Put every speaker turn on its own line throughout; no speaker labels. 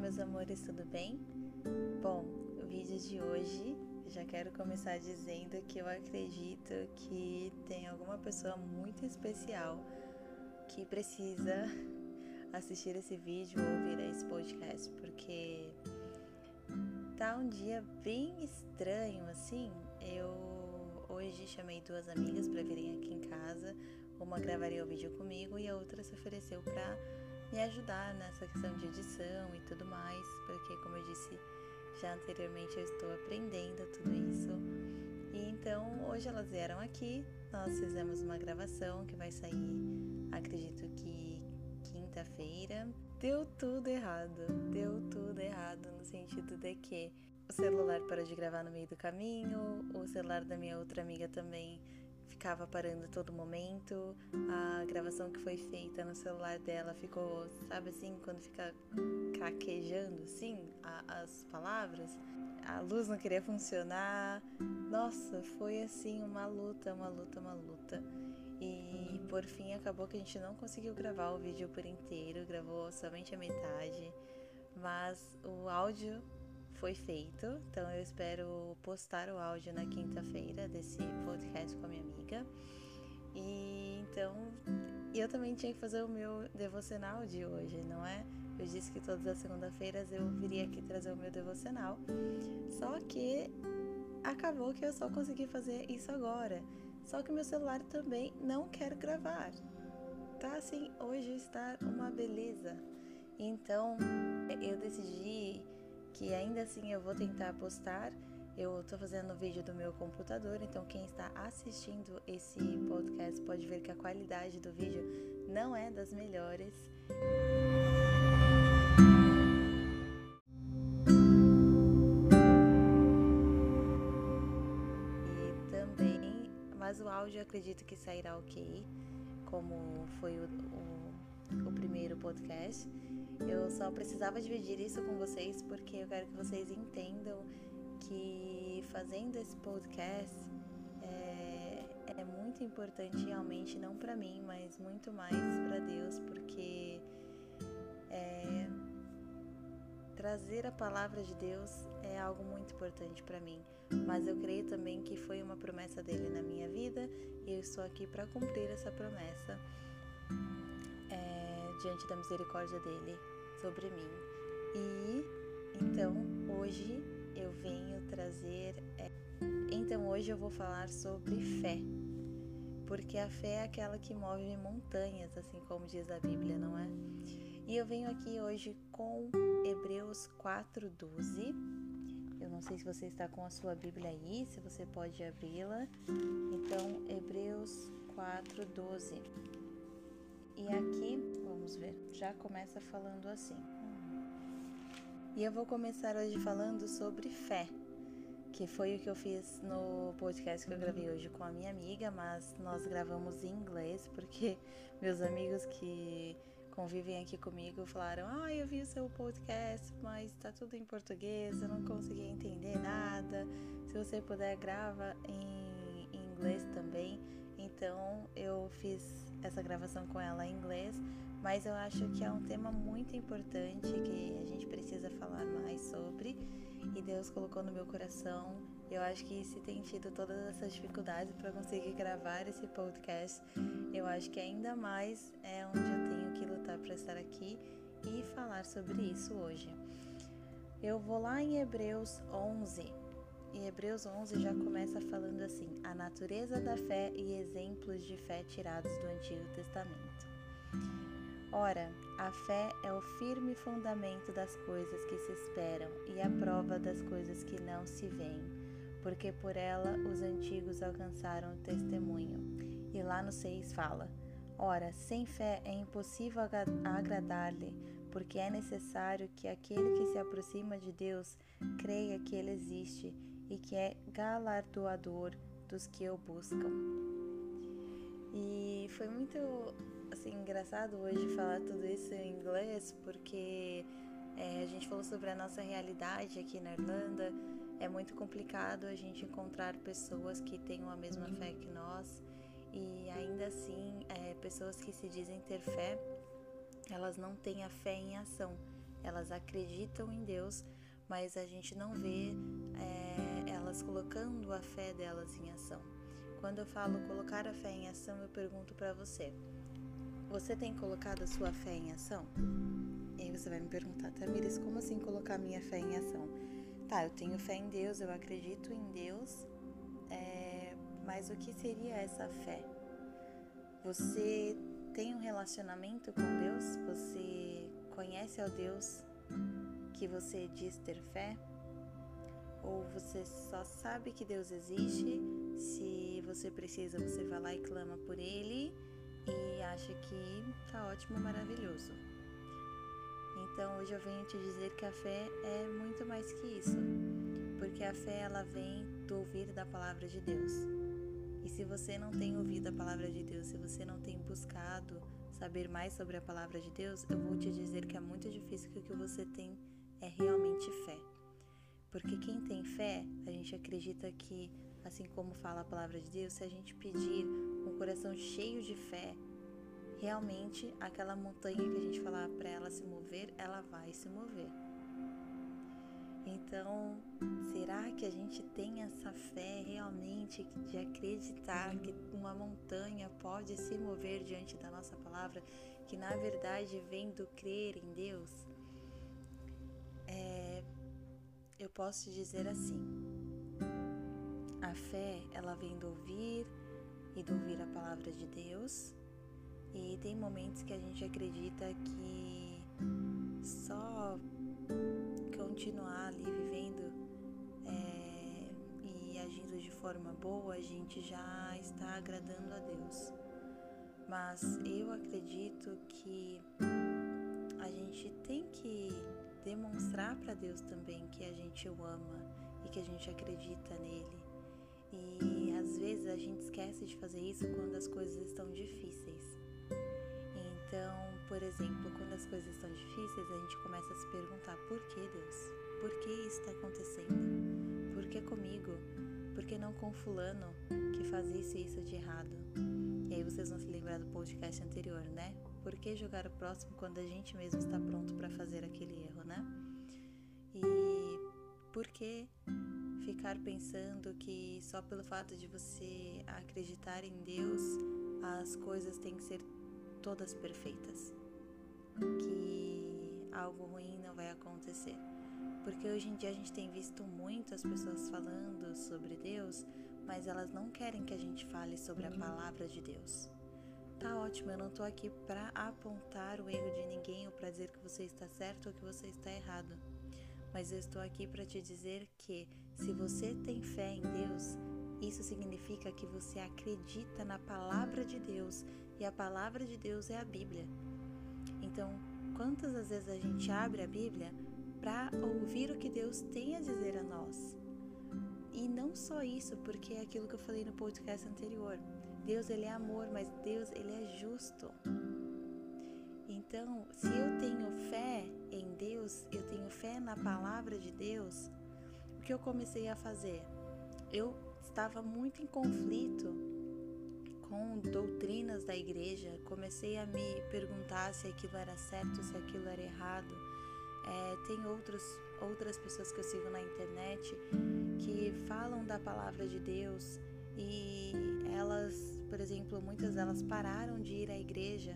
meus amores, tudo bem? Bom, o vídeo de hoje, já quero começar dizendo que eu acredito que tem alguma pessoa muito especial que precisa assistir esse vídeo ou ouvir esse podcast, porque tá um dia bem estranho, assim. Eu hoje chamei duas amigas para virem aqui em casa, uma gravaria o vídeo comigo e a outra se ofereceu para me ajudar nessa questão de edição e tudo mais, porque, como eu disse já anteriormente, eu estou aprendendo tudo isso. E então hoje elas vieram aqui, nós fizemos uma gravação que vai sair, acredito que quinta-feira. Deu tudo errado no sentido de que o celular parou de gravar no meio do caminho, o celular da minha outra amiga também ficava parando a todo momento, a gravação que foi feita no celular dela ficou, sabe assim, quando fica craquejando assim as palavras, a luz não queria funcionar. Nossa, foi assim uma luta. E por fim acabou que a gente não conseguiu gravar o vídeo por inteiro, gravou somente a metade, mas o áudio foi feito, então eu espero postar o áudio na quinta-feira desse podcast com a minha amiga. E então eu também tinha que fazer o meu devocional de hoje, não é? Eu disse que todas as segunda-feiras eu viria aqui trazer o meu devocional, só que acabou que eu só consegui fazer isso agora. Só que meu celular também não quer gravar. Tá assim, hoje está uma beleza. Então eu decidi que ainda assim eu vou tentar postar. Eu tô fazendo o vídeo do meu computador, então quem está assistindo esse podcast pode ver que a qualidade do vídeo não é das melhores. E também, mas o áudio eu acredito que sairá ok, como foi o primeiro podcast. Eu só precisava dividir isso com vocês porque eu quero que vocês entendam que fazendo esse podcast é muito importante realmente, não para mim, mas muito mais para Deus, porque trazer a palavra de Deus é algo muito importante para mim, mas eu creio também que foi uma promessa dele na minha vida e eu estou aqui para cumprir essa promessa diante da misericórdia dele sobre mim. E então hoje eu venho trazer hoje eu vou falar sobre fé, porque a fé é aquela que move montanhas, assim como diz a Bíblia, não é? E eu venho aqui hoje com Hebreus 4:12. Eu não sei se você está com a sua Bíblia aí, se você pode abri-la. Então, Hebreus 4:12. E aqui, vamos ver, já começa falando assim. E eu vou começar hoje falando sobre fé, que foi o que eu fiz no podcast que eu gravei hoje com a minha amiga, mas nós gravamos em inglês, porque meus amigos que convivem aqui comigo falaram: eu vi o seu podcast, mas tá tudo em português, eu não consegui entender nada, se você puder grava em inglês também. Então eu fiz essa gravação com ela em inglês, mas eu acho que é um tema muito importante que a gente precisa falar mais sobre, e Deus colocou no meu coração. Eu acho que se tem tido todas essas dificuldades para conseguir gravar esse podcast, eu acho que ainda mais é onde eu tenho que lutar para estar aqui e falar sobre isso hoje. Eu vou lá em Hebreus 11. E Hebreus 11 já começa falando assim: a natureza da fé e exemplos de fé tirados do Antigo Testamento. Ora, a fé é o firme fundamento das coisas que se esperam e a prova das coisas que não se veem, porque por ela os antigos alcançaram o testemunho. E lá no 6 fala: ora, sem fé é impossível agradar-lhe, porque é necessário que aquele que se aproxima de Deus creia que ele existe e que é galardoador dos que o buscam. E foi muito engraçado hoje falar tudo isso em inglês, porque a gente falou sobre a nossa realidade aqui na Irlanda. É muito complicado a gente encontrar pessoas que tenham a mesma fé que nós, e ainda assim pessoas que se dizem ter fé, elas não têm a fé em ação. Elas acreditam em Deus, mas a gente não vê elas colocando a fé delas em ação. Quando eu falo colocar a fé em ação, eu pergunto para você: você tem colocado a sua fé em ação? E aí você vai me perguntar: Tamires, como assim colocar minha fé em ação? Tá, eu tenho fé em Deus, eu acredito em Deus, mas o que seria essa fé? Você tem um relacionamento com Deus? Você conhece ao Deus que você diz ter fé? Ou você só sabe que Deus existe? Se você precisa, você vai lá e clama por Ele e acha que tá ótimo, maravilhoso. Então hoje eu venho te dizer que a fé é muito mais que isso, porque a fé ela vem do ouvir da palavra de Deus. E se você não tem ouvido a palavra de Deus, se você não tem buscado saber mais sobre a palavra de Deus, eu vou te dizer que é muito difícil que o que você tem é realmente fé. Porque quem tem fé, a gente acredita que, assim como fala a palavra de Deus, se a gente pedir um coração cheio de fé, realmente aquela montanha que a gente falar para ela se mover, ela vai se mover. Então, será que a gente tem essa fé realmente de acreditar que uma montanha pode se mover diante da nossa palavra, que na verdade vem do crer em Deus? Eu posso te dizer assim: a fé, ela vem do ouvir e do ouvir a palavra de Deus, e tem momentos que a gente acredita que só continuar ali vivendo e agindo de forma boa, a gente já está agradando a Deus. Mas eu acredito que a gente tem que demonstrar para Deus também que a gente o ama e que a gente acredita nele. E às vezes a gente esquece de fazer isso quando as coisas estão difíceis. Então, por exemplo, quando as coisas estão difíceis, a gente começa a se perguntar: por que, Deus? Por que isso está acontecendo? Por que comigo? Por que não com fulano que faz isso e isso de errado? E aí vocês vão se lembrar do podcast anterior, né? Por que jogar o próximo quando a gente mesmo está pronto para fazer aquele erro, né? E por que ficar pensando que só pelo fato de você acreditar em Deus, as coisas têm que ser todas perfeitas, que algo ruim não vai acontecer? Porque hoje em dia a gente tem visto muitas pessoas falando sobre Deus, mas elas não querem que a gente fale sobre a palavra de Deus. Tá ótimo, eu não tô aqui para apontar o erro de ninguém ou para dizer que você está certo ou que você está errado. Mas eu estou aqui para te dizer que se você tem fé em Deus, isso significa que você acredita na palavra de Deus, e a palavra de Deus é a Bíblia. Então, quantas das vezes a gente abre a Bíblia para ouvir o que Deus tem a dizer a nós? E não só isso, porque é aquilo que eu falei no podcast anterior. Deus, ele é amor, mas Deus, ele é justo. Então, se eu tenho fé em Deus, eu tenho fé na palavra de Deus, o que eu comecei a fazer? Eu estava muito em conflito com doutrinas da igreja, comecei a me perguntar se aquilo era certo, se aquilo era errado. Tem outras pessoas que eu sigo na internet que falam da palavra de Deus e elas, por exemplo, muitas delas pararam de ir à igreja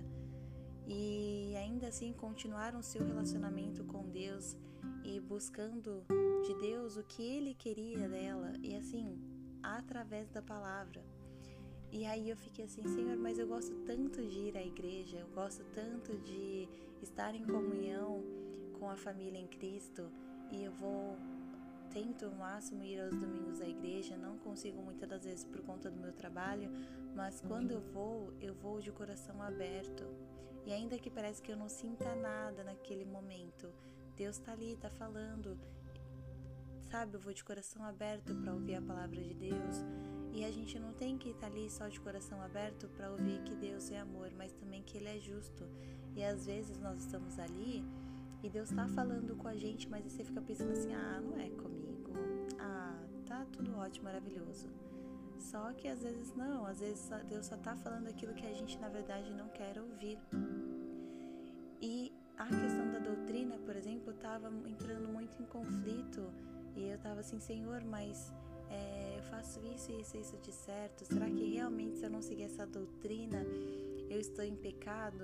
e ainda assim continuaram seu relacionamento com Deus e buscando de Deus o que Ele queria dela, e assim, através da palavra. E aí eu fiquei assim: Senhor, mas eu gosto tanto de ir à igreja, eu gosto tanto de estar em comunhão com a família em Cristo, e tento ao máximo ir aos domingos à igreja, não consigo muitas das vezes por conta do meu trabalho, mas quando eu vou de coração aberto. E ainda que parece que eu não sinta nada naquele momento, Deus tá ali, tá falando, sabe? Eu vou de coração aberto para ouvir a palavra de Deus. E a gente não tem que estar ali só de coração aberto para ouvir que Deus é amor, mas também que Ele é justo. E às vezes nós estamos ali e Deus está falando com a gente, mas você fica pensando assim: não é comigo, tá tudo ótimo, maravilhoso. Só que às vezes não, às vezes Deus só está falando aquilo que a gente na verdade não quer ouvir. E a questão da doutrina doutrina, por exemplo, estava entrando muito em conflito e eu estava assim, Senhor, mas eu faço isso de certo? Será que realmente se eu não seguir essa doutrina eu estou em pecado?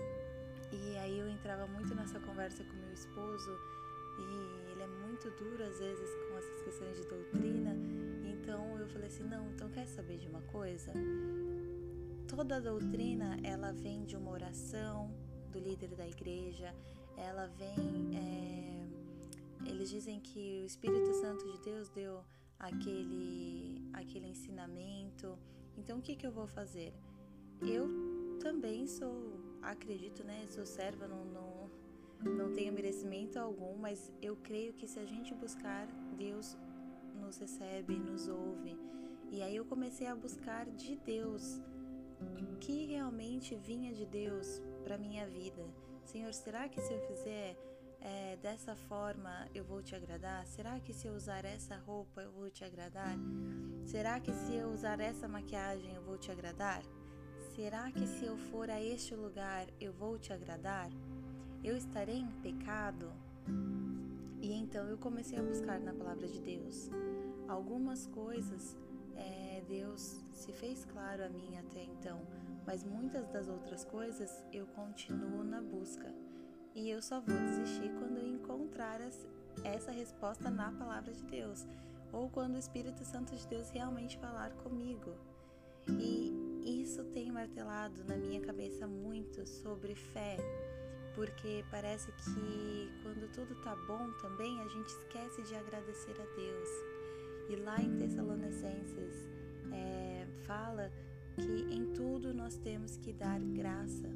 E aí eu entrava muito nessa conversa com meu esposo e ele é muito duro às vezes com essas questões de doutrina. Então eu falei assim, não, então quer saber de uma coisa? Toda doutrina, ela vem de uma oração do líder da igreja, ela vem, eles dizem que o Espírito Santo de Deus deu aquele ensinamento. Então o que eu vou fazer? Eu também acredito, sou serva, não tenho merecimento algum, mas eu creio que se a gente buscar, Deus nos recebe, nos ouve. E aí eu comecei a buscar de Deus, que realmente vinha de Deus para minha vida. Senhor, será que se eu fizer dessa forma eu vou te agradar? Será que se eu usar essa roupa eu vou te agradar? Será que se eu usar essa maquiagem eu vou te agradar? Será que se eu for a este lugar eu vou te agradar? Eu estarei em pecado? E então eu comecei a buscar na palavra de Deus. Algumas coisas Deus se fez claro a mim até então, mas muitas das outras coisas eu continuo na busca. E eu só vou desistir quando eu encontrar essa resposta na palavra de Deus, ou quando o Espírito Santo de Deus realmente falar comigo. E isso tem martelado na minha cabeça muito sobre fé, porque parece que quando tudo tá bom também, a gente esquece de agradecer a Deus. E lá em Tessalonicenses fala que em tudo nós temos que dar graça,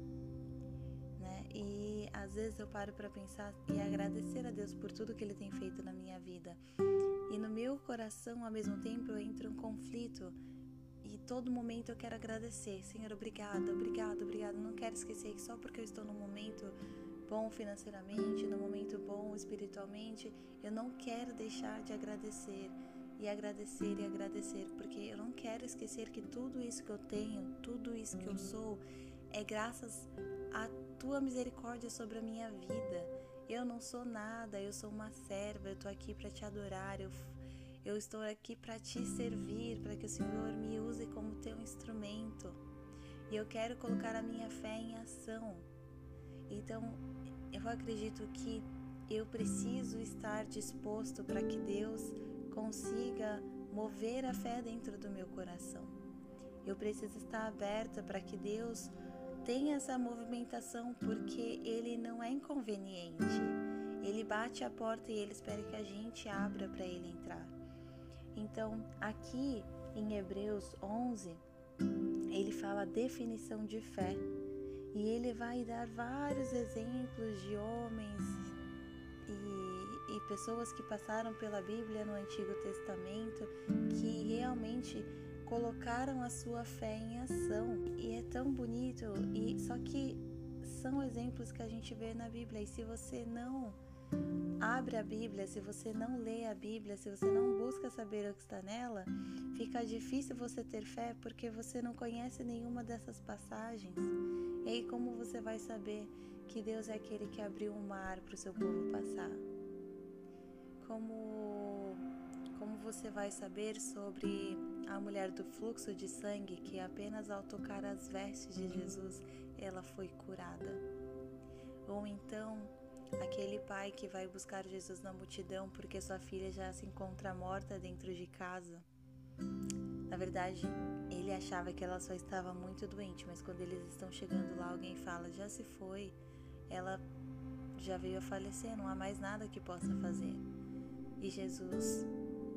né? E às vezes eu paro para pensar e agradecer a Deus por tudo que Ele tem feito na minha vida. E no meu coração, ao mesmo tempo, eu entro em conflito. E todo momento eu quero agradecer. Senhor, obrigada. Não quero esquecer que só porque eu estou num momento bom financeiramente, num momento bom espiritualmente, eu não quero deixar de agradecer. E agradecer, porque eu não quero esquecer que tudo isso que eu tenho, tudo isso que eu sou, é graças à Tua misericórdia sobre a minha vida. Eu não sou nada, eu sou uma serva, eu estou aqui para Te adorar, eu estou aqui para Te servir, para que o Senhor me use como Teu instrumento. E eu quero colocar a minha fé em ação. Então, eu acredito que eu preciso estar disposto para que Deus consiga mover a fé dentro do meu coração. Eu preciso estar aberta para que Deus tenha essa movimentação, porque Ele não é inconveniente. Ele bate a porta e Ele espera que a gente abra para Ele entrar. Então, aqui em Hebreus 11, ele fala a definição de fé. E ele vai dar vários exemplos de homens e pessoas que passaram pela Bíblia no Antigo Testamento, que realmente colocaram a sua fé em ação. E é tão bonito, só que são exemplos que a gente vê na Bíblia. E se você não abre a Bíblia, se você não lê a Bíblia, se você não busca saber o que está nela, fica difícil você ter fé, porque você não conhece nenhuma dessas passagens. E aí como você vai saber que Deus é aquele que abriu um mar para o seu povo passar? Como você vai saber sobre a mulher do fluxo de sangue, que apenas ao tocar as vestes de Jesus, ela foi curada? Ou então, aquele pai que vai buscar Jesus na multidão porque sua filha já se encontra morta dentro de casa. Na verdade, ele achava que ela só estava muito doente, mas quando eles estão chegando lá, alguém fala, já se foi, ela já veio a falecer, não há mais nada que possa fazer. E Jesus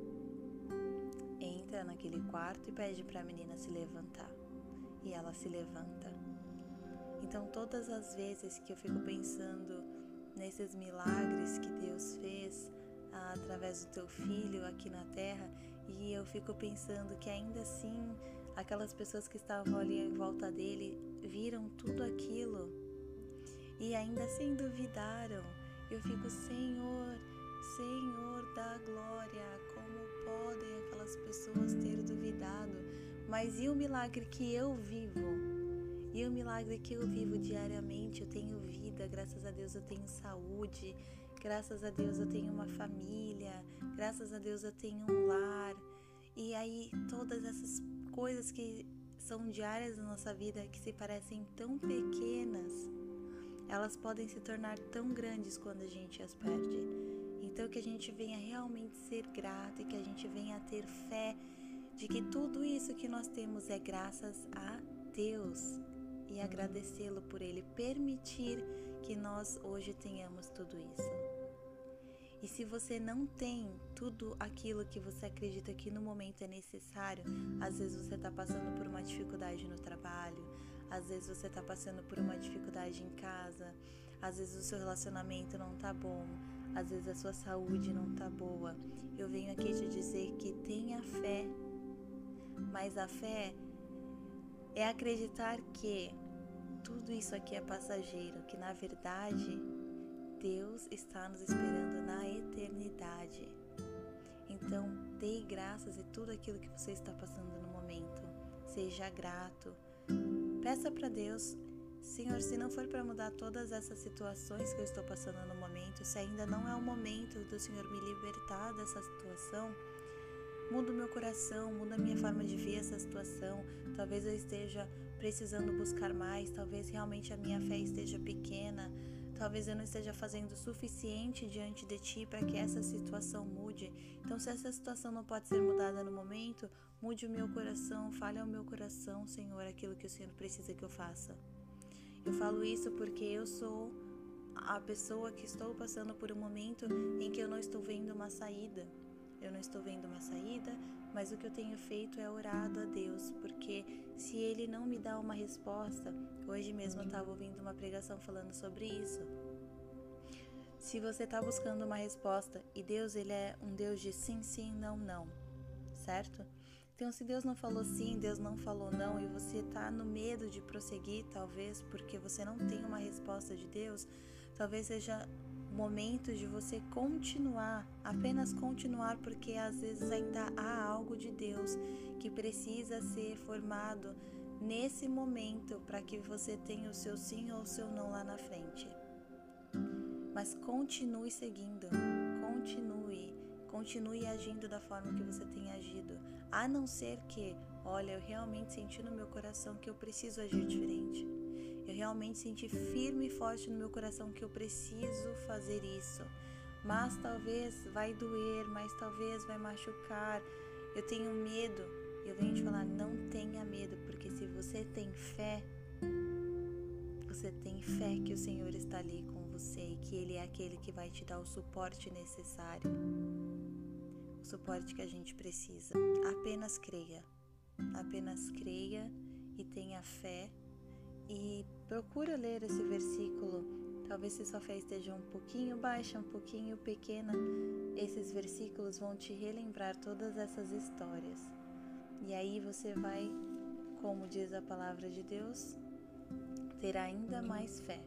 entra naquele quarto e pede para a menina se levantar. E ela se levanta. Então, todas as vezes que eu fico pensando nesses milagres que Deus fez através do Teu Filho aqui na Terra, e eu fico pensando que ainda assim aquelas pessoas que estavam ali em volta dele viram tudo aquilo e ainda assim duvidaram. Eu fico, Senhor da glória, como podem aquelas pessoas ter duvidado? Mas e o milagre que eu vivo? E o milagre que eu vivo diariamente, eu tenho vida, graças a Deus eu tenho saúde, graças a Deus eu tenho uma família, graças a Deus eu tenho um lar. E aí todas essas coisas que são diárias na nossa vida, que se parecem tão pequenas, elas podem se tornar tão grandes quando a gente as perde. Então que a gente venha realmente ser grato e que a gente venha ter fé de que tudo isso que nós temos é graças a Deus e agradecê-lo por Ele permitir que nós hoje tenhamos tudo isso. E se você não tem tudo aquilo que você acredita que no momento é necessário, às vezes você está passando por uma dificuldade no trabalho, às vezes você está passando por uma dificuldade em casa, às vezes o seu relacionamento não está bom, às vezes a sua saúde não está boa. Eu venho aqui te dizer que tenha fé, mas a fé é acreditar que tudo isso aqui é passageiro, que na verdade Deus está nos esperando na eternidade. Então, dê graças em tudo aquilo que você está passando no momento. Seja grato. Peça para Deus, Senhor, se não for para mudar todas essas situações que eu estou passando no momento, se ainda não é o momento do Senhor me libertar dessa situação, muda o meu coração, muda a minha forma de ver essa situação. Talvez eu esteja precisando buscar mais, talvez realmente a minha fé esteja pequena, talvez eu não esteja fazendo o suficiente diante de Ti para que essa situação mude. Então, se essa situação não pode ser mudada no momento, mude o meu coração, fale ao meu coração, Senhor, aquilo que o Senhor precisa que eu faça. Eu falo isso porque eu sou a pessoa que estou passando por um momento em que eu não estou vendo uma saída. Eu não estou vendo uma saída, mas o que eu tenho feito é orado a Deus, porque se Ele não me dá uma resposta, hoje mesmo eu estava ouvindo uma pregação falando sobre isso. Se você está buscando uma resposta e Deus, Ele é um Deus de sim, sim, não, não, certo? Então, se Deus não falou sim, Deus não falou não, e você está no medo de prosseguir, talvez porque você não tem uma resposta de Deus, talvez seja momento de você continuar, apenas continuar, porque às vezes ainda há algo de Deus que precisa ser formado nesse momento para que você tenha o seu sim ou o seu não lá na frente. Mas continue seguindo, continue agindo da forma que você tem agido, a não ser que, olha, eu realmente senti no meu coração que eu preciso agir diferente. Eu realmente senti firme e forte no meu coração que eu preciso fazer isso. Mas talvez vai doer, mas talvez vai machucar. Eu tenho medo. Eu venho te falar, não tenha medo, porque se você tem fé que o Senhor está ali com você e que Ele é aquele que vai te dar o suporte necessário. O suporte que a gente precisa. Apenas creia e tenha fé. E procura ler esse versículo. Talvez se sua fé esteja um pouquinho baixa, um pouquinho pequena, esses versículos vão te relembrar todas essas histórias. E aí você vai, como diz a palavra de Deus, ter ainda mais fé.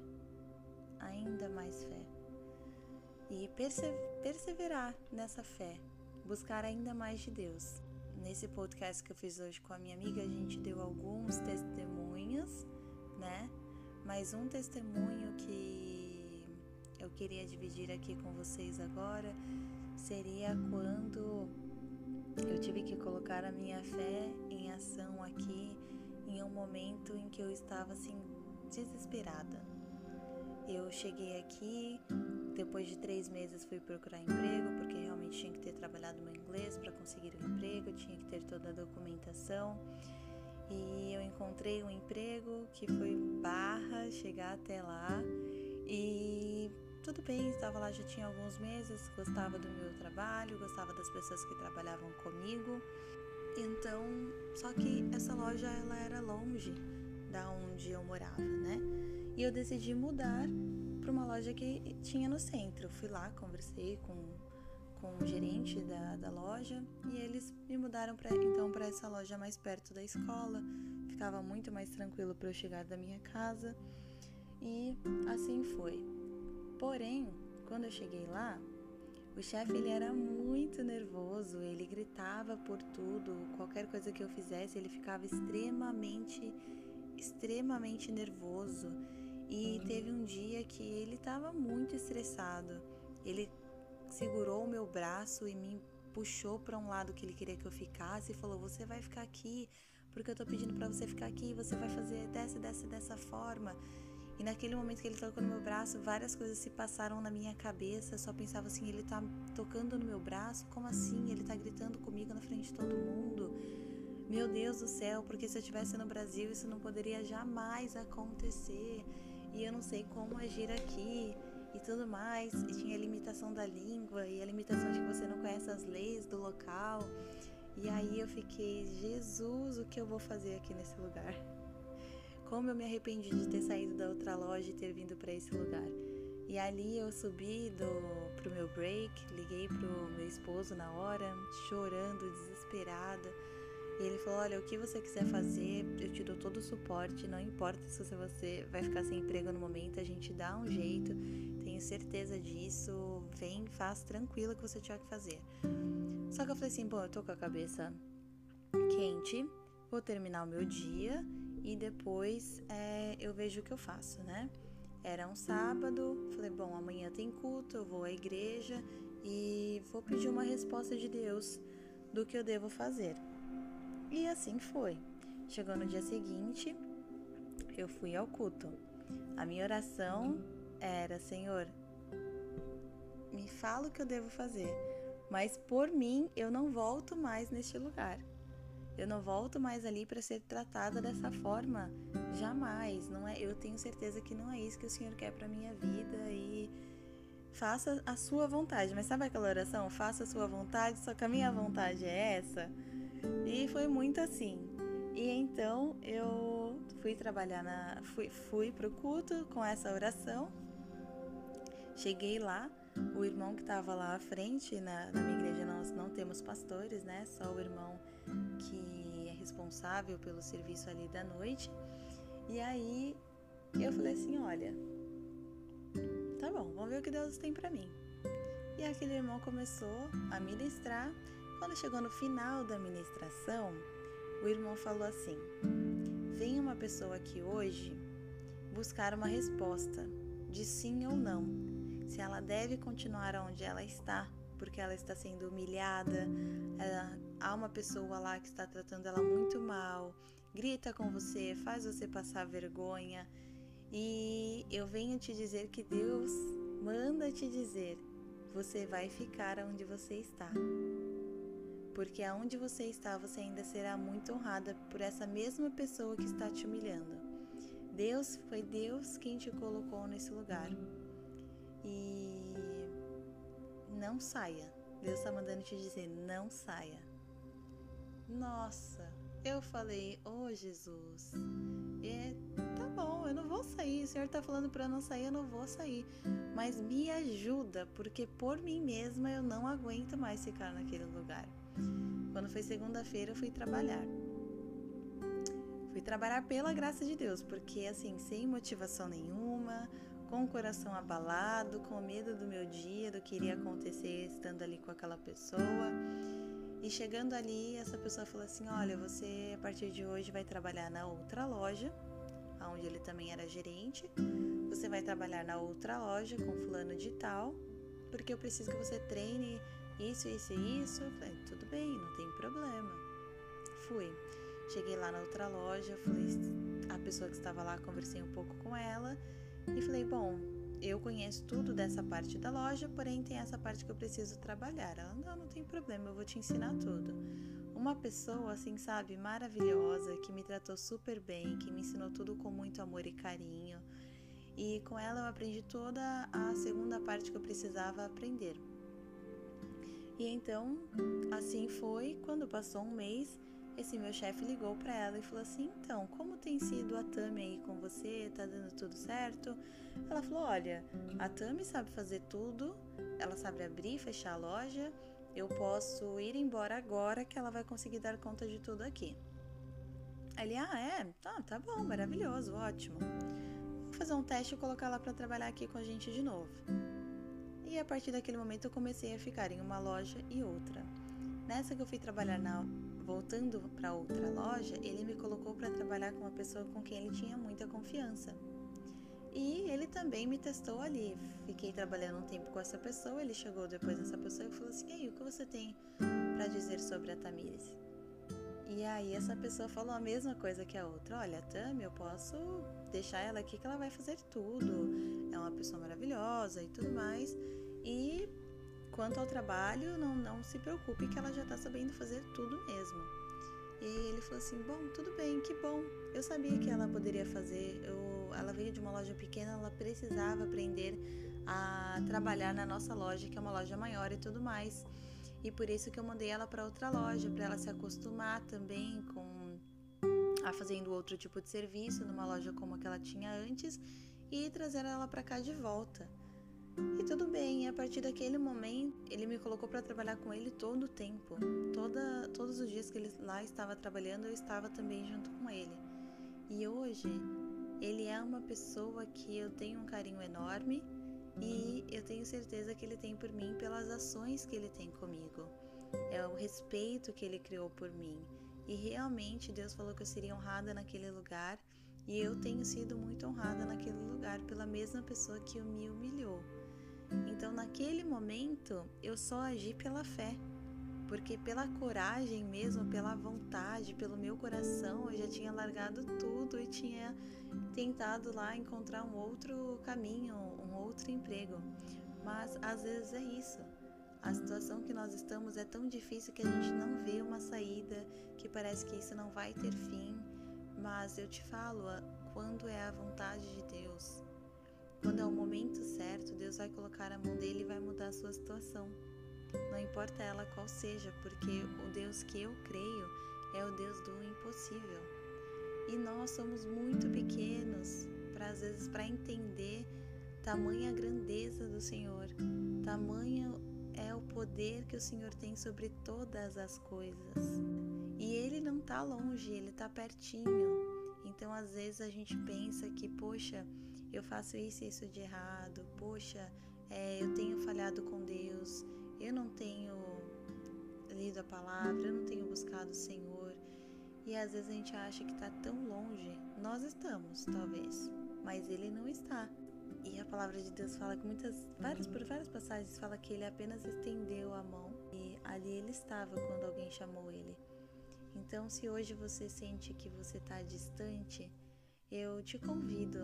E perseverar nessa fé, buscar ainda mais de Deus. Nesse podcast que eu fiz hoje com a minha amiga, a gente deu alguns testemunhos, né? Mas um testemunho que eu queria dividir aqui com vocês agora seria quando eu tive que colocar a minha fé em ação aqui em um momento em que eu estava assim desesperada. Eu cheguei aqui, depois de 3 meses fui procurar emprego, porque realmente tinha que ter trabalhado meu inglês para conseguir o emprego, tinha que ter toda a documentação. E eu encontrei um emprego que foi barra chegar até lá e tudo bem, estava lá já tinha alguns meses, gostava do meu trabalho, gostava das pessoas que trabalhavam comigo. Então, só que essa loja ela era longe da onde eu morava, né? E eu decidi mudar para uma loja que tinha no centro. Eu fui lá, conversei com o gerente da loja e eles me mudaram para essa loja mais perto da escola. Ficava muito mais tranquilo para eu chegar da minha casa e assim foi. Porém, quando eu cheguei lá, o chefe ele era muito nervoso, ele gritava por tudo, qualquer coisa que eu fizesse ele ficava extremamente extremamente nervoso e teve um dia que ele estava muito estressado. Ele segurou o meu braço e me puxou para um lado que ele queria que eu ficasse e falou: você vai ficar aqui porque eu tô pedindo para você ficar aqui, você vai fazer dessa forma. E naquele momento que ele tocou no meu braço, várias coisas se passaram na minha cabeça. Eu só pensava assim: ele tá tocando no meu braço? Como assim? Ele tá gritando comigo na frente de todo mundo? Meu Deus do céu, porque se eu estivesse no Brasil isso não poderia jamais acontecer. E eu não sei como agir aqui e tudo mais. E tinha a limitação da língua e a limitação de que você não conhece as leis do local. E aí eu fiquei: Jesus, o que eu vou fazer aqui nesse lugar? Como eu me arrependi de ter saído da outra loja e ter vindo para esse lugar. E ali eu subi pro meu break, liguei pro meu esposo na hora, chorando, desesperada. E ele falou: olha, o que você quiser fazer, eu te dou todo o suporte, não importa se você vai ficar sem emprego no momento, a gente dá um jeito, tenho certeza disso, vem, faz tranquilo o que você tiver que fazer. Só que eu falei assim: bom, eu tô com a cabeça quente, vou terminar o meu dia e depois eu vejo o que eu faço, né? Era um sábado, falei: bom, amanhã tem culto, eu vou à igreja e vou pedir uma resposta de Deus do que eu devo fazer. E assim foi. Chegou no dia seguinte, eu fui ao culto. A minha oração era: Senhor, me fala o que eu devo fazer, mas por mim eu não volto mais neste lugar. Eu não volto mais ali para ser tratada dessa forma, jamais. Não é, eu tenho certeza que não é isso que o Senhor quer para minha vida e faça a sua vontade. Mas sabe aquela oração? Faça a sua vontade, só que a minha vontade é essa. E foi muito assim. E então eu fui trabalhar fui pro culto com essa oração. Cheguei lá, o irmão que estava lá à frente, na minha igreja nós não temos pastores, né? Só o irmão que é responsável pelo serviço ali da noite. E aí eu falei assim: olha, tá bom, vamos ver o que Deus tem pra mim. E aquele irmão começou a ministrar. Quando chegou no final da ministração, o irmão falou assim: vem uma pessoa aqui hoje buscar uma resposta de sim ou não, se ela deve continuar onde ela está, porque ela está sendo humilhada, há uma pessoa lá que está tratando ela muito mal, grita com você, faz você passar vergonha. E eu venho te dizer que Deus manda te dizer: você vai ficar onde você está, porque aonde você está, você ainda será muito honrada por essa mesma pessoa que está te humilhando. Foi Deus quem te colocou nesse lugar. E não saia. Deus está mandando te dizer: não saia. Nossa, eu falei: oh Jesus, tá bom, eu não vou sair. O Senhor está falando para eu não sair, eu não vou sair. Mas me ajuda, porque por mim mesma eu não aguento mais ficar naquele lugar. Quando foi segunda-feira eu fui trabalhar. Fui trabalhar pela graça de Deus, porque assim, sem motivação nenhuma, com o coração abalado, com medo do meu dia, do que iria acontecer estando ali com aquela pessoa. E chegando ali, essa pessoa falou assim: olha, você a partir de hoje vai trabalhar na outra loja, onde ele também era gerente. Você vai trabalhar na outra loja com fulano de tal, porque eu preciso que você treine isso, isso e isso. Eu falei: tudo bem, não tem problema. Fui. Cheguei lá na outra loja, a pessoa que estava lá, conversei um pouco com ela e falei: bom, eu conheço tudo dessa parte da loja, porém tem essa parte que eu preciso trabalhar. Ela: não tem problema, eu vou te ensinar tudo. Uma pessoa, assim, sabe, maravilhosa, que me tratou super bem, que me ensinou tudo com muito amor e carinho. E com ela eu aprendi toda a segunda parte que eu precisava aprender. E então, assim foi. Quando passou um mês, esse meu chefe ligou para ela e falou assim: então, como tem sido a Tami aí com você? Tá dando tudo certo? Ela falou: olha, a Tami sabe fazer tudo, ela sabe abrir e fechar a loja, eu posso ir embora agora que ela vai conseguir dar conta de tudo aqui. Ele: tá bom, maravilhoso, ótimo. Vou fazer um teste e colocar ela para trabalhar aqui com a gente de novo. E a partir daquele momento eu comecei a ficar em uma loja e outra. Nessa que eu fui trabalhar voltando para outra loja, ele me colocou para trabalhar com uma pessoa com quem ele tinha muita confiança. E ele também me testou ali. Fiquei trabalhando um tempo com essa pessoa, ele chegou depois dessa pessoa e falou assim: "E aí, o que você tem para dizer sobre a Tamires?" E aí essa pessoa falou a mesma coisa que a outra: "Olha, a Tami, eu posso deixar ela aqui que ela vai fazer tudo. É uma pessoa maravilhosa e tudo mais. E quanto ao trabalho, não se preocupe que ela já está sabendo fazer tudo mesmo." E ele falou assim: "Bom, tudo bem, que bom. Eu sabia que ela poderia fazer. Ela veio de uma loja pequena, ela precisava aprender a trabalhar na nossa loja, que é uma loja maior e tudo mais. E por isso que eu mandei ela para outra loja, para ela se acostumar também a fazendo outro tipo de serviço numa loja como a que ela tinha antes e trazer ela para cá de volta." E tudo bem, e a partir daquele momento, ele me colocou para trabalhar com ele todo o tempo. Todos os dias que ele lá estava trabalhando, eu estava também junto com ele. E hoje, ele é uma pessoa que eu tenho um carinho enorme e eu tenho certeza que ele tem por mim pelas ações que ele tem comigo. É o respeito que ele criou por mim. E realmente Deus falou que eu seria honrada naquele lugar e eu tenho sido muito honrada naquele lugar pela mesma pessoa que me humilhou. Então, naquele momento, eu só agi pela fé, porque pela coragem mesmo, pela vontade, pelo meu coração, eu já tinha largado tudo e tinha tentado lá encontrar um outro caminho, um outro emprego. Mas às vezes é isso. A situação que nós estamos é tão difícil que a gente não vê uma saída, que parece que isso não vai ter fim. Mas eu te falo, quando é a vontade de Deus, quando é o momento certo, Deus vai colocar a mão dele e vai mudar a sua situação. Não importa ela qual seja, porque o Deus que eu creio é o Deus do impossível. E nós somos muito pequenos, às vezes, para entender tamanha grandeza do Senhor, tamanho é o poder que o Senhor tem sobre todas as coisas. E Ele não está longe, Ele está pertinho. Então, às vezes, a gente pensa que, poxa, eu faço isso e isso de errado, poxa, eu tenho falhado com Deus, eu não tenho lido a palavra, eu não tenho buscado o Senhor. E às vezes a gente acha que está tão longe. Nós estamos, talvez, mas Ele não está. E a palavra de Deus fala que por várias passagens fala que Ele apenas estendeu a mão e ali Ele estava quando alguém chamou Ele. Então, se hoje você sente que você está distante, eu te convido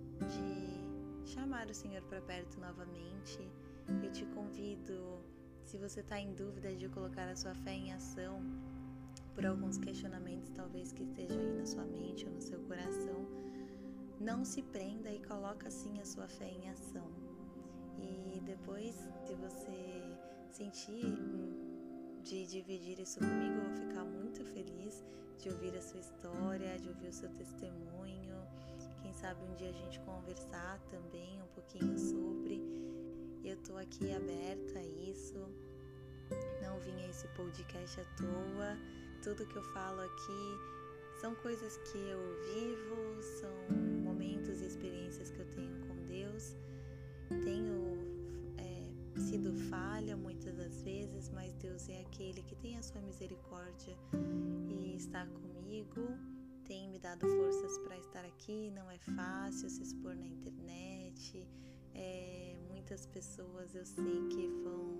de chamar o Senhor para perto novamente. Eu te convido, se você está em dúvida, de colocar a sua fé em ação por alguns questionamentos talvez que estejam aí na sua mente ou no seu coração. Não se prenda e coloca sim a sua fé em ação. E depois, se você sentir de dividir isso comigo, eu vou ficar muito feliz de ouvir a sua história, de ouvir o seu testemunho. Quem sabe um dia a gente conversar também um pouquinho sobre. Eu tô aqui aberta a isso. Não vim a esse podcast à toa. Tudo que eu falo aqui são coisas que eu vivo, são momentos e experiências que eu tenho com Deus. Tenho sido falha muitas das vezes, mas Deus é aquele que tem a sua misericórdia e está comigo, tem me dado forças para estar aqui. Não é fácil se expor na internet, muitas pessoas eu sei que vão,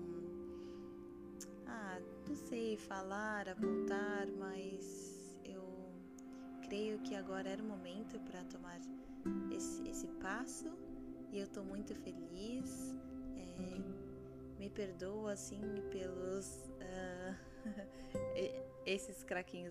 não sei, falar, apontar, mas eu creio que agora era o momento para tomar esse passo e eu estou muito feliz. Me perdoa assim pelos esses craquinhos,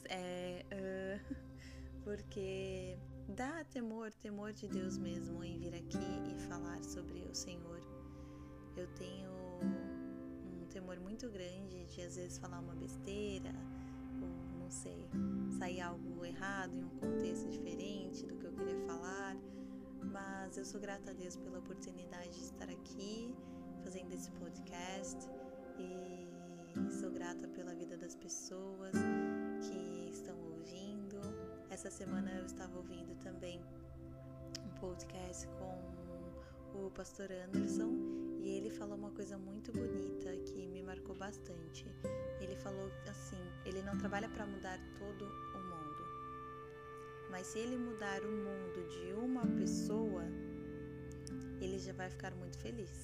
porque dá temor de Deus mesmo em vir aqui e falar sobre o Senhor. Eu tenho um temor muito grande de às vezes falar uma besteira, ou não sei, sair algo errado em um contexto diferente do que eu queria falar, mas eu sou grata a Deus pela oportunidade de estar aqui fazendo esse podcast e sou grata pela vida das pessoas que estão ouvindo. Essa semana eu estava ouvindo também um podcast com o pastor Anderson E ele falou uma coisa muito bonita que me marcou bastante. Ele falou assim, ele não trabalha para mudar todo o mundo, mas se ele mudar o mundo de uma pessoa, ele já vai ficar muito feliz.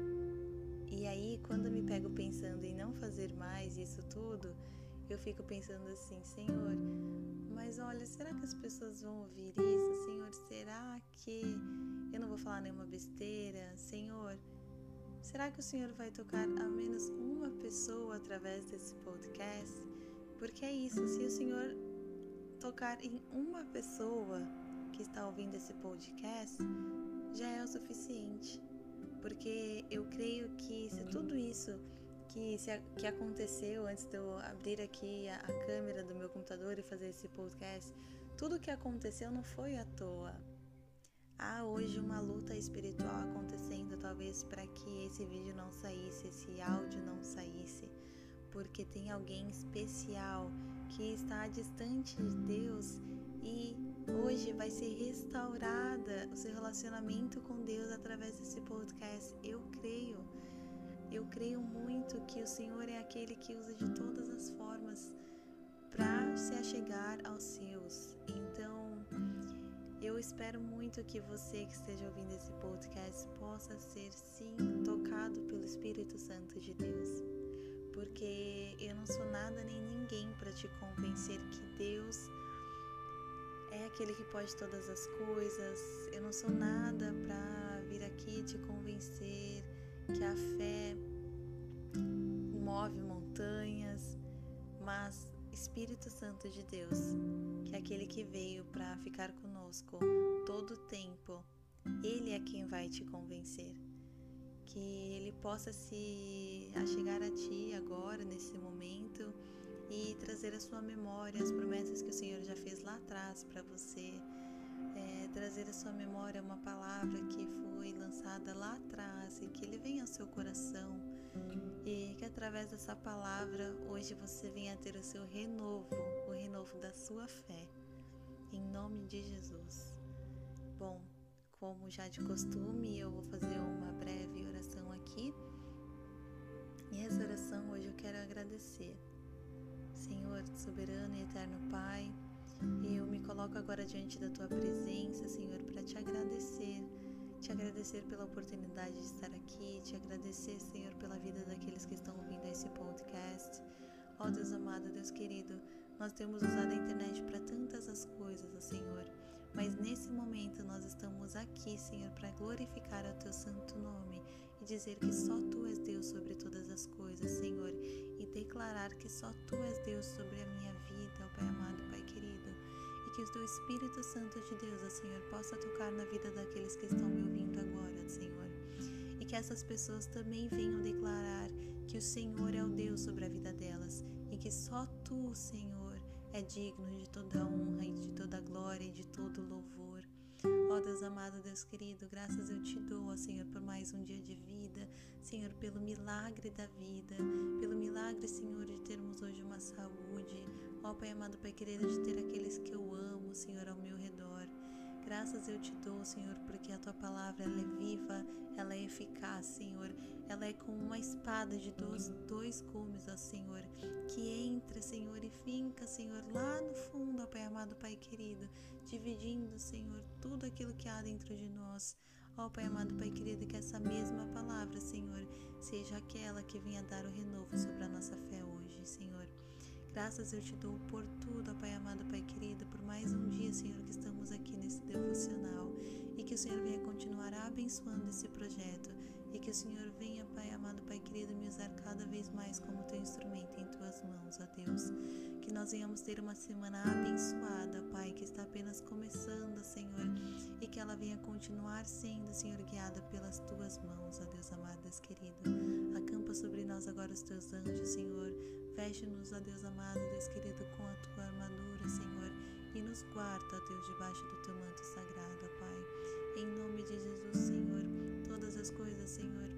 E aí, quando eu me pego pensando em não fazer mais isso tudo, eu fico pensando assim, Senhor, mas olha, será que as pessoas vão ouvir isso? Senhor, será que eu não vou falar nenhuma besteira? Senhor, será que o Senhor vai tocar a menos uma pessoa através desse podcast? Porque é isso, se o Senhor tocar em uma pessoa que está ouvindo esse podcast, já é o suficiente. Porque eu creio que se tudo isso que aconteceu antes de eu abrir aqui a câmera do meu computador e fazer esse podcast, tudo que aconteceu não foi à toa. Há hoje uma luta espiritual acontecendo, talvez para que esse vídeo não saísse, esse áudio não saísse, porque tem alguém especial que está distante de Deus e hoje vai ser restaurada o seu relacionamento com Deus através desse podcast. Eu creio muito que o Senhor é aquele que usa de todas as formas para se achegar aos seus. Então, eu espero muito que você que esteja ouvindo esse podcast possa ser, sim, tocado pelo Espírito Santo de Deus. Porque eu não sou nada nem ninguém para te convencer que Deus é aquele que pode todas as coisas. Eu não sou nada para vir aqui te convencer que a fé move montanhas, mas Espírito Santo de Deus, que é aquele que veio para ficar conosco todo o tempo, Ele é quem vai te convencer. Que Ele possa se achegar a ti agora, nesse momento, e trazer à sua memória as promessas que o Senhor já fez lá atrás para você. Trazer à sua memória uma palavra que foi lançada lá atrás e que Ele venha ao seu coração e que através dessa palavra hoje você venha ter o seu renovo, o renovo da sua fé, em nome de Jesus. Bom, como já de costume, eu vou fazer uma breve oração aqui e essa oração hoje eu quero agradecer. Senhor, soberano e eterno Pai, eu me coloco agora diante da Tua presença, Senhor, para te agradecer pela oportunidade de estar aqui, te agradecer, Senhor, pela vida daqueles que estão ouvindo esse podcast. Ó Deus amado, Deus querido, nós temos usado a internet para tantas as coisas, Senhor, mas nesse momento nós estamos aqui, Senhor, para glorificar o Teu santo nome e dizer que só Tu és Deus sobre todas as coisas, Senhor, e declarar que só Tu és Deus sobre a minha vida, ó Pai amado, Pai querido, e que o Teu Espírito Santo de Deus, ó Senhor, possa tocar na vida daqueles que estão me ouvindo agora, Senhor, e que essas pessoas também venham declarar que o Senhor é o Deus sobre a vida delas e que só Tu, Senhor, é digno de toda a honra e de toda a glória e de todo o louvor. Ó Deus amado, Deus querido, graças eu te dou, ó Senhor, por mais um dia de vida, Senhor, pelo milagre da vida, pelo milagre, Senhor, de termos hoje uma saúde, ó Pai amado, Pai querido, de ter aqueles que eu amo, Senhor, ao meu redor. Graças eu te dou, Senhor, porque a Tua palavra, ela é viva, ela é eficaz, Senhor, ela é como uma espada de dois gumes, ó Senhor, que entra, Senhor, e finca, Senhor, lá no fundo, ó Pai amado, Pai querido, dividindo, Senhor, tudo aquilo que há dentro de nós. Ó Pai amado, Pai querido, que essa mesma palavra, Senhor, seja aquela que venha dar o renovo sobre a nossa fé hoje, Senhor. Graças eu te dou por tudo, ó Pai amado, Pai querido, por mais um dia, Senhor, que estamos aqui nesse devocional e que o Senhor venha continuar abençoando esse projeto e que o Senhor venha, Pai amado, Pai querido, me usar cada vez mais como Teu instrumento em Tuas mãos, ó Deus. Que nós venhamos ter uma semana abençoada, Pai, que está apenas começando, Senhor, e que ela venha continuar sendo, Senhor, guiada pelas Tuas mãos, ó Deus amado, Deus querido. Acampa sobre nós agora os Teus anjos, Senhor. Veste-nos, ó Deus amado, Deus querido, com a Tua armadura, Senhor, e nos guarda, ó Deus, debaixo do Teu manto sagrado, ó Pai. Em nome de Jesus, Senhor, todas as coisas, Senhor,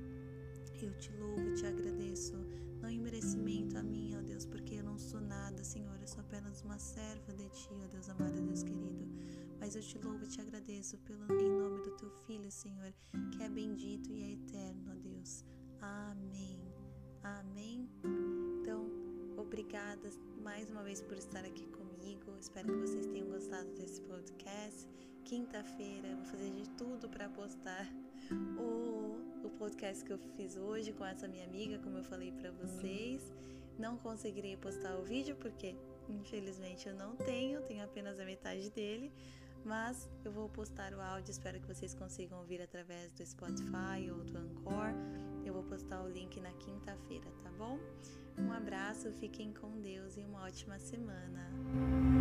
eu te louvo e te agradeço, não em merecimento a mim, ó Deus, porque eu não sou nada, Senhor, eu sou apenas uma serva de Ti, ó Deus amado, Deus querido, mas Mas eu te louvo e te agradeço em nome do teu Filho, Senhor, que é bendito e é eterno, ó Deus. Amém. Amém. Então, obrigada mais uma vez por estar aqui comigo. Espero que vocês tenham gostado desse podcast. Quinta-feira eu vou fazer de tudo para postar o podcast que eu fiz hoje com essa minha amiga, como eu falei para vocês. Não conseguirei postar o vídeo porque infelizmente eu não tenho apenas a metade dele, mas eu vou postar o áudio, espero que vocês consigam ouvir através do Spotify ou do Anchor. Eu vou postar o link na quinta-feira, tá bom? Um abraço, fiquem com Deus e uma ótima semana.